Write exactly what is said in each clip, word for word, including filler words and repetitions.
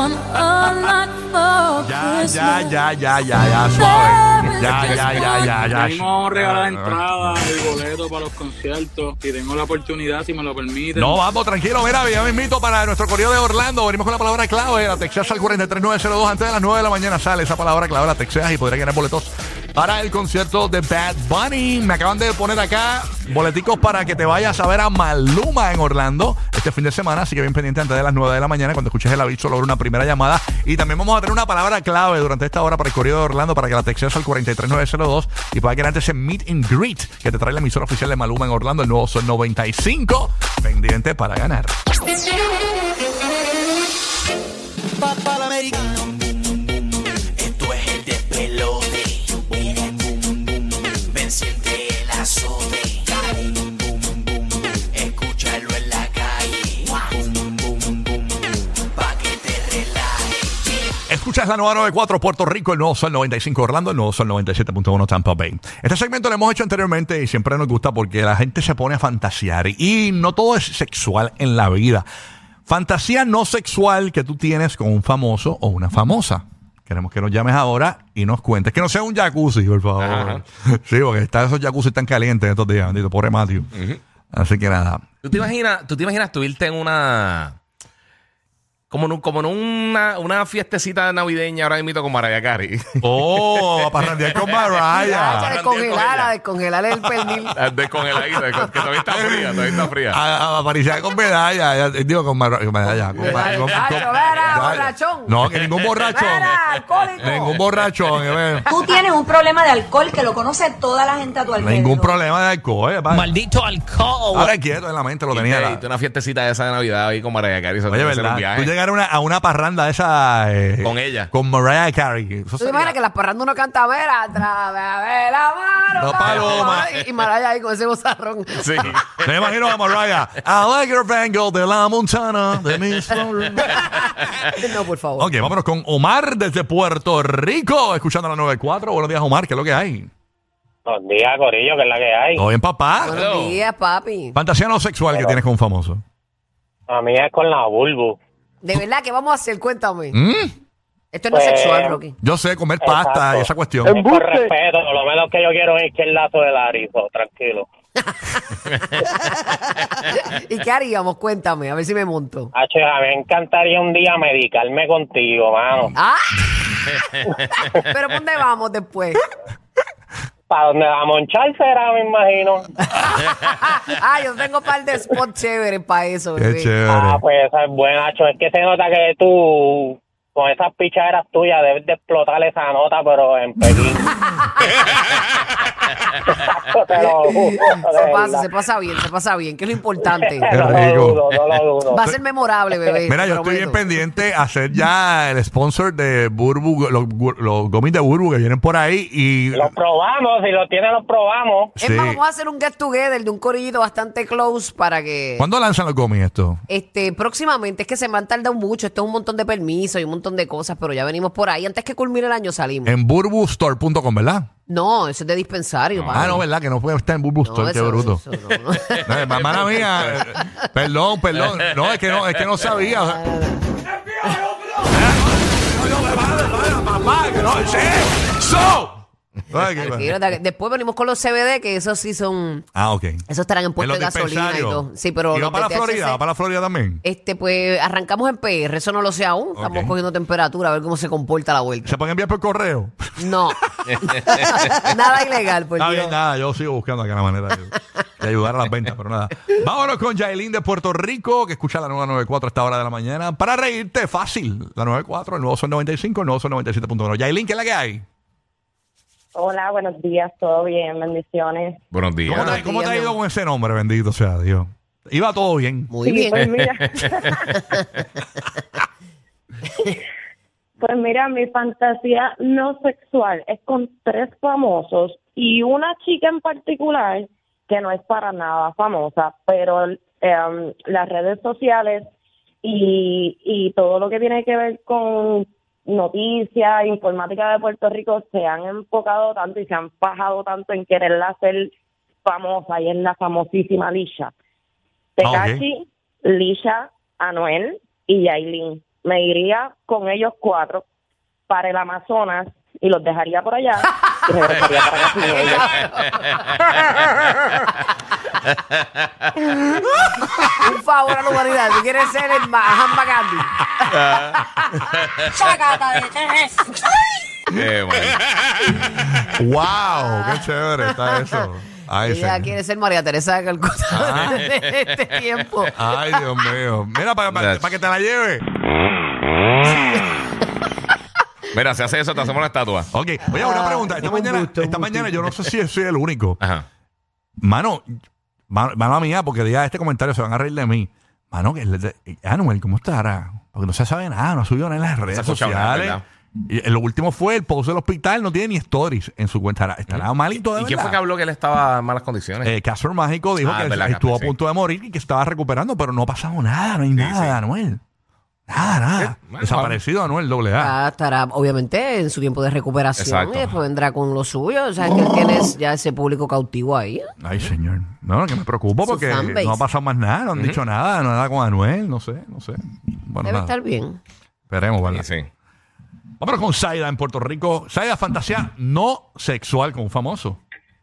Ya, ya, ya, ya, ya, ya, suave. Ya, ya, ya, ya, ya. Venimos a regalar entradas y boletos para los conciertos. Y tengo la oportunidad, si me lo permiten. No, vamos, tranquilo. Mira, ya me invito para nuestro correo de Orlando. Venimos con la palabra clave. La texteas al cuatro tres nueve cero dos. Antes de las nueve de la mañana sale esa palabra clave. La texteas y podría ganar boletos para el concierto de Bad Bunny. Me acaban de poner acá boleticos para que te vayas a ver a Maluma en Orlando este fin de semana. Así que bien pendiente antes de las nueve de la mañana. Cuando escuches el aviso, logra una primera llamada. Y también vamos a tener una palabra clave durante esta hora para el correo de Orlando para que la textees al cuatro tres nueve cero dos y puedas ganarte ese meet and greet que te trae la emisora oficial de Maluma en Orlando, el nuevo Sol noventa y cinco. Pendiente para ganar. Papá americano. Esto es el despelote. Boom, boom, boom, boom, boom. Ven, siente el azote. Boom, boom, boom, boom. Escúchalo en la calle. Boom, boom, boom, boom. Pa' que te relajes. Escuchas la nueva noventa y cuatro Puerto Rico, el nuevo Sol noventa y cinco Orlando, el nuevo Sol noventa y siete punto uno Tampa Bay. Este segmento lo hemos hecho anteriormente y siempre nos gusta porque la gente se pone a fantasear y no todo es sexual en la vida. Fantasía no sexual que tú tienes con un famoso o una famosa. Queremos que nos llames ahora y nos cuentes. Que no sea un jacuzzi, por favor. Ajá. Sí, porque están esos jacuzzi tan calientes estos días, bendito, pobre Matthew. Uh-huh. Así que nada. ¿Tú te imaginas, tú te imaginas tú irte en una... Como en, un, como en una, una fiestecita navideña ahora mismo con Mariah Carey? Oh, a parrandear con Mariah. A descongelar, a descongelar el pernil. Descongeladita, que todavía está fría, todavía está fría. A, a pariciar con medalla, digo con medalla. Con, con, con, borrachón. No, que ningún borrachón. Vera, alcohólico. Ningún borrachón. Tú tienes un problema de alcohol que lo conoce toda la gente a tu alrededor. Ningún problema de alcohol. Eh, Maldito alcohol. Ahora quieto en la mente lo tenía. Y te, una fiestecita esa de Navidad ahí con Mariah Carey. Oye, ¿verdad? Llegar a una, a una parranda esa eh, con ella, con Mariah Carey. ¿Tú te imaginas que las parrandas uno canta vera atrás de la mano? No, paloma. Y, y Mariah ahí con ese bozarrón. Sí. Me imagino a Mariah. I like your bangle de la montana de mis flores. No, por favor. Ok, vámonos con Omar desde Puerto Rico, escuchando la noventa y cuatro. Buenos días, Omar. ¿Qué es lo que hay? Buenos días, Corillo, ¿qué es la que hay? ¿Todo bien, papá? Buenos días, papi. Fantasía no sexual Pero, que tienes con un famoso. A mí es con la Bulbu. ¿De verdad qué vamos a hacer? Cuéntame. ¿Mm? Esto no es pues, sexual, Rocky. Yo sé, comer pasta exacto. Y esa cuestión. Con respeto, lo menos que yo quiero es que el lazo del arizo, tranquilo. ¿Y qué haríamos? Cuéntame, a ver si me monto. Hacho, a mí me encantaría un día medicarme contigo, mano. ¿Ah? ¿Pero dónde vamos después? Para donde va a monchar será, me imagino. Ah, yo tengo un par de spots chéveres para eso, Qué bebé. chévere. Ah, pues esa es buena, Nacho. Es que se nota que tú, con esas pichaderas tuyas, debes de explotar esa nota, pero en Pekín. Te lo juro, se pasa, se pasa bien, se pasa bien, que es lo importante. Qué no rico. lo dudo, no lo dudo. Va a ser memorable, bebé. Mira, yo estoy bien pendiente a hacer ya el sponsor de Burbu, los, los gomis de Burbu que vienen por ahí y... Los probamos, si los tiene los probamos. Es más, vamos a hacer un get together de un corillito bastante close para que... ¿Cuándo lanzan los gomis esto? Este, próximamente, es que se me han tardado mucho, esto es un montón de permisos y un montón de cosas, pero ya venimos por ahí. Antes que culmine el año salimos. En burbu store punto com, ¿verdad? No, eso es de dispensario. No. Ah, no, ¿verdad? Que no puede estar en Burbu no, Store, qué bruto. Eso, no, no. Mamá mía, eh, perdón, perdón. No, es que no, es que no sabía. O sea, papá, que no sé. So. Después venimos con los C B D, que esos sí son. Ah, ok. Esos estarán en puestos de gasolina y todo. Sí, pero ¿Y va para la Florida? ¿Va para la Florida también? Este, pues arrancamos en P R, eso no lo sé aún. Okay. Estamos cogiendo temperatura, a ver cómo se comporta la vuelta. ¿Se pueden enviar por correo? No. Nada ilegal, por Está Dios. bien, nada, yo sigo buscando acá la manera de, de ayudar a las ventas, pero nada. Vámonos con Yailin de Puerto Rico, que escucha la nueva noventa y cuatro a esta hora de la mañana. Para reírte, fácil. La noventa y cuatro, el nuevo Sol noventa y cinco, el nuevo Sol noventa y siete punto uno. Yailin, ¿qué es la que hay? Hola, buenos días, todo bien, bendiciones. Buenos días. ¿Cómo te, ¿cómo te ha ido con ese nombre, bendito sea Dios? Iba todo bien. Muy sí, bien. Pues mira. Pues mira, mi fantasía no sexual es con tres famosos y una chica en particular que no es para nada famosa, pero um, las redes sociales y, y todo lo que tiene que ver con noticias, informática de Puerto Rico se han enfocado tanto y se han fajado tanto en quererla hacer famosa, y es la famosísima Lisha. Tekashi, okay. Lisha, Anuel y Yailin. me iría con ellos cuatro para el Amazonas y los dejaría por allá y regresaría para acá sin ellos. Un favor a la humanidad. ¿Tú quieres ser el Mahatma Gandhi? Chacata de tres. Eh, bueno. ¡Wow! ¡Qué chévere está eso! Ay, Ella señor. quiere ser María Teresa de Calcuta de este tiempo. Ay, Dios mío. Mira, para que te la lleve. Mira, si hace eso, te hacemos una estatua. Ok. Oye, una Ah, pregunta. Esta un mañana, gusto, un esta gusto. mañana yo no sé si soy el único. Ajá. Mano, mano, mano mía, porque diga este comentario, se van a reír de mí. Mano, que el de- Anuel, ¿cómo estará? Porque no se sabe nada, no ha subido nada en las redes se ha escuchado nada, sociales. ¿verdad? Y lo último fue el post del hospital, no tiene ni stories en su cuenta. Estará malito de ¿Y verdad. quién fue que habló que él estaba en malas condiciones? Eh, Casper Mágico dijo Ah, que es verdad, estuvo Casper, a punto de morir y que estaba recuperando, pero no ha pasado nada, no hay nada de Anuel. Nada, nada. Eh, bueno, Desaparecido Anuel, doble A. Ah, estará obviamente en su tiempo de recuperación Exacto. y después vendrá con lo suyo. O sea, que él tiene ya ese público cautivo ahí. Ay, señor. No, que me preocupo Su porque fanbase. no ha pasado más nada, no han dicho nada, nada con Anuel, no sé, no sé. Bueno, Debe nada. estar bien. Esperemos, ¿verdad? Sí, sí. Vámonos con Zaida en Puerto Rico. Zaida, fantasía no sexual con un famoso.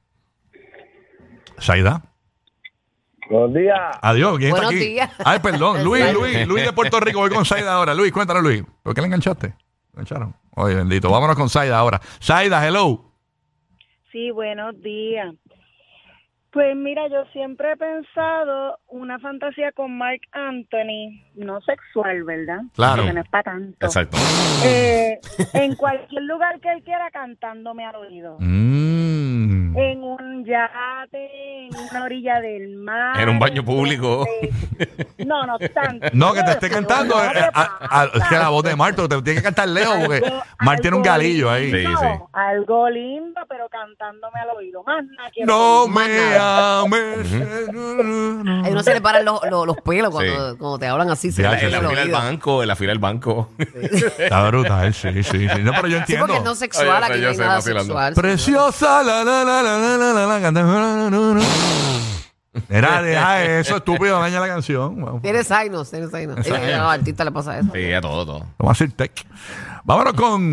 Zaida. Buenos días. Adiós, ¿quién Buenos está aquí? días. Ay, perdón, Luis, Zaida. Luis, Luis de Puerto Rico. Voy con Zaida ahora. Luis, cuéntanos, Luis. ¿Por qué le enganchaste? ¿Le engancharon? Oye, bendito. Vámonos con Zaida ahora. Zaida, hello. Sí, buenos días. Pues mira, yo siempre he pensado una fantasía con Marc Anthony, no sexual, ¿verdad? Claro. Porque no es para tanto. Exacto. Eh, en cualquier lugar que él quiera cantándome al oído. Mm. En un yate, en una orilla del mar. En un baño público. este, no, no tanto. No, que te esté Pero cantando. no eh, te a- a- es que la voz de Marto te tiene que cantar lejos porque Algo- Mar tiene un algo galillo ahí. Sí, lindo, sí. Algo lindo, pero cantándome al oído. Más nada quiero No oír. me nada. ames. Ahí uno se le paran los, los, los pelos cuando, Sí. cuando te hablan así. Se Ya, le En la paran fila el del oído. banco, en la fila del banco. Está brutal, sí, sí, sí. No, pero yo Sí, entiendo. porque no sexual, Oye, aquí yo no hay sé, nada vacilando. sexual. Preciosa, la la la la la la la la canta. Era, deja eso, estúpido, daña la canción. Vamos, Tienes Zainos, tienes Zainos. Sí, a los artistas le pasa eso. Sí, a todo, todo. vamos a hacer tech. Vámonos con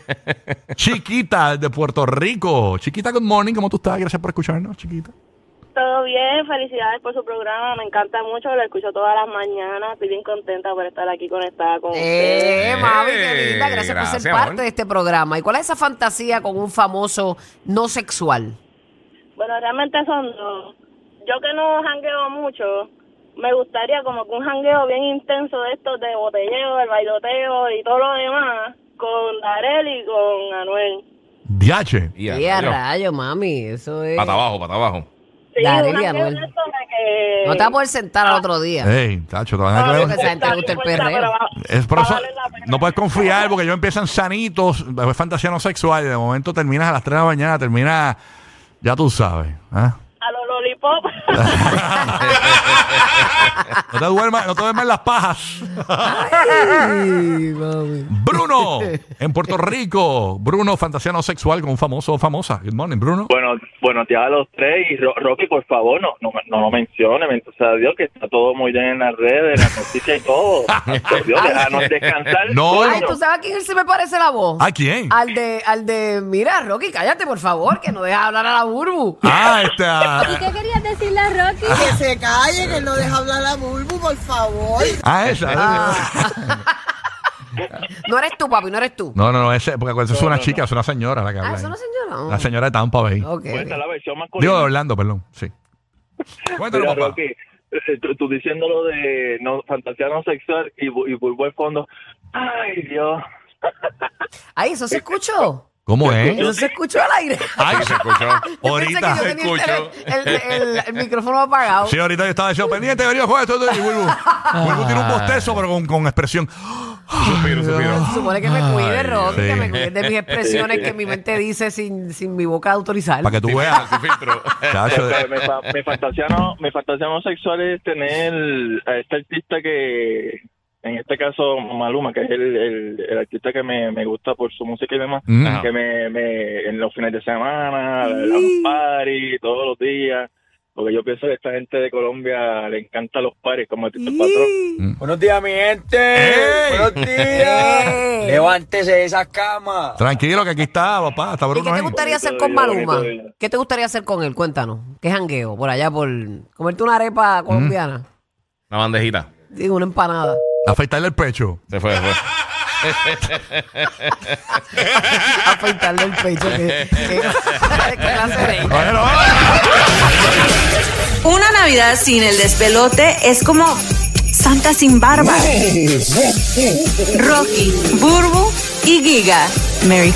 Chiquita de Puerto Rico. Chiquita, good morning. ¿Cómo tú estás? Gracias por escucharnos, Chiquita. Todo bien, felicidades por su programa, me encanta mucho, lo escucho todas las mañanas, estoy bien contenta por estar aquí conectada con ustedes. Eh, mami, qué linda. Gracias, por gracias, ser parte amor. de este programa. ¿Y cuál es esa fantasía con un famoso no sexual? Bueno, realmente son dos. Yo que no jangueo mucho, me gustaría como que un jangueo bien intenso de estos de botelleo, el bailoteo y todo lo demás, con Darel y con Anuel. Diache. Y a Y a rayos. rayo, mami. Eso es. Pata abajo, pata abajo. Sí, Darel un y jangueo Anuel. de estos de que... No te vas a poder sentar al otro día. Ey, tacho, te van a No, creer- porque esa gente le gusta el perreo. Es por eso, Va a valer la pena. no puedes confiar porque ellos empiezan sanitos, es fantasía no sexual y de momento terminas a las tres de la mañana, terminas, ya tú sabes. ¿ah? A los lollipop. No te duermas, no te duermas en las pajas. Ay, mami. Bruno, en Puerto Rico. Bruno, fantasía no sexual con un famoso o famosa. Good morning, Bruno. Bueno, buenos días a los tres y Ro- Rocky, por favor, no, no, no lo mencione, o sea, Dios, que está todo muy bien en las redes, en las noticias y todo. Por Dios, déjanos descansar. No. Ay, ¿tú sabes a quién se me parece la voz? ¿A quién? Al de, al de, mira, Rocky, cállate, por favor, que no deja hablar a la Burbu. Ah, este. ah, ¿Qué querías decirle a Rocky? Que se calle, que no deja hablar a Bulbu, por favor. Ah, esa. Ah. No eres tú, papi, no eres tú. No, no, no, ese, porque eso es una chica, es una señora la que habla. Ah, ahí. ¿es una señora? La señora de Tampa Bay. Ok. Cuenta la versión masculina. Digo de Orlando, perdón. Sí. Cuéntalo, Mira, papá. Rocky, eh, tú, tú diciendo lo de no, fantasía no sexual y, bu- y Bulbo al fondo. Ay, Dios. Ay, ¿eso se escuchó? ¿Cómo es? ¿Eso se escuchó al aire? Ay, Se escuchó. Yo ahorita pensé se que yo tenía escuchó. el, tele- el, el- el micrófono apagado. Sí, ahorita yo estaba diciendo pendiente, venido juego esto, esto, y Bulbu. Bulbu tiene un bostezo, pero con, con expresión. Suspiro, suspiro. Se supone que me cuide, Rocky, sí. que me cuide de mis expresiones que mi mente dice sin, sin mi boca autorizar. Para que tú veas. Sin filtro. Chacho, Eh, mi, fa- mi fantasía no, mi fantasía no sexual es tener a este artista que, en este caso Maluma, que es el, el, el artista que me, me gusta por su música y demás, Mm. que me, me en los fines de semana, las party, todos los días, porque yo pienso que esta gente de Colombia le encanta los pares, como el patrón. Buenos días, mi gente. ¡Ey! Buenos días. ¡Ey! Levántese de esa cama. Tranquilo, que aquí está, papá. Está ¿Y Bruno qué te ahí. gustaría hacer con Bonito Maluma? día, bonito día. ¿Qué te gustaría hacer con él? Cuéntanos. ¿Qué jangueo? Por allá, por comerte una arepa colombiana. Una bandejita. Digo, una empanada. Afeitarle el pecho. Se fue, se fue. Afeitarle el pecho. ¿Qué, qué, qué clase de- Bueno, Una Navidad sin el despelote es como Santa sin barba. Rocky, Burbu y Giga. Merry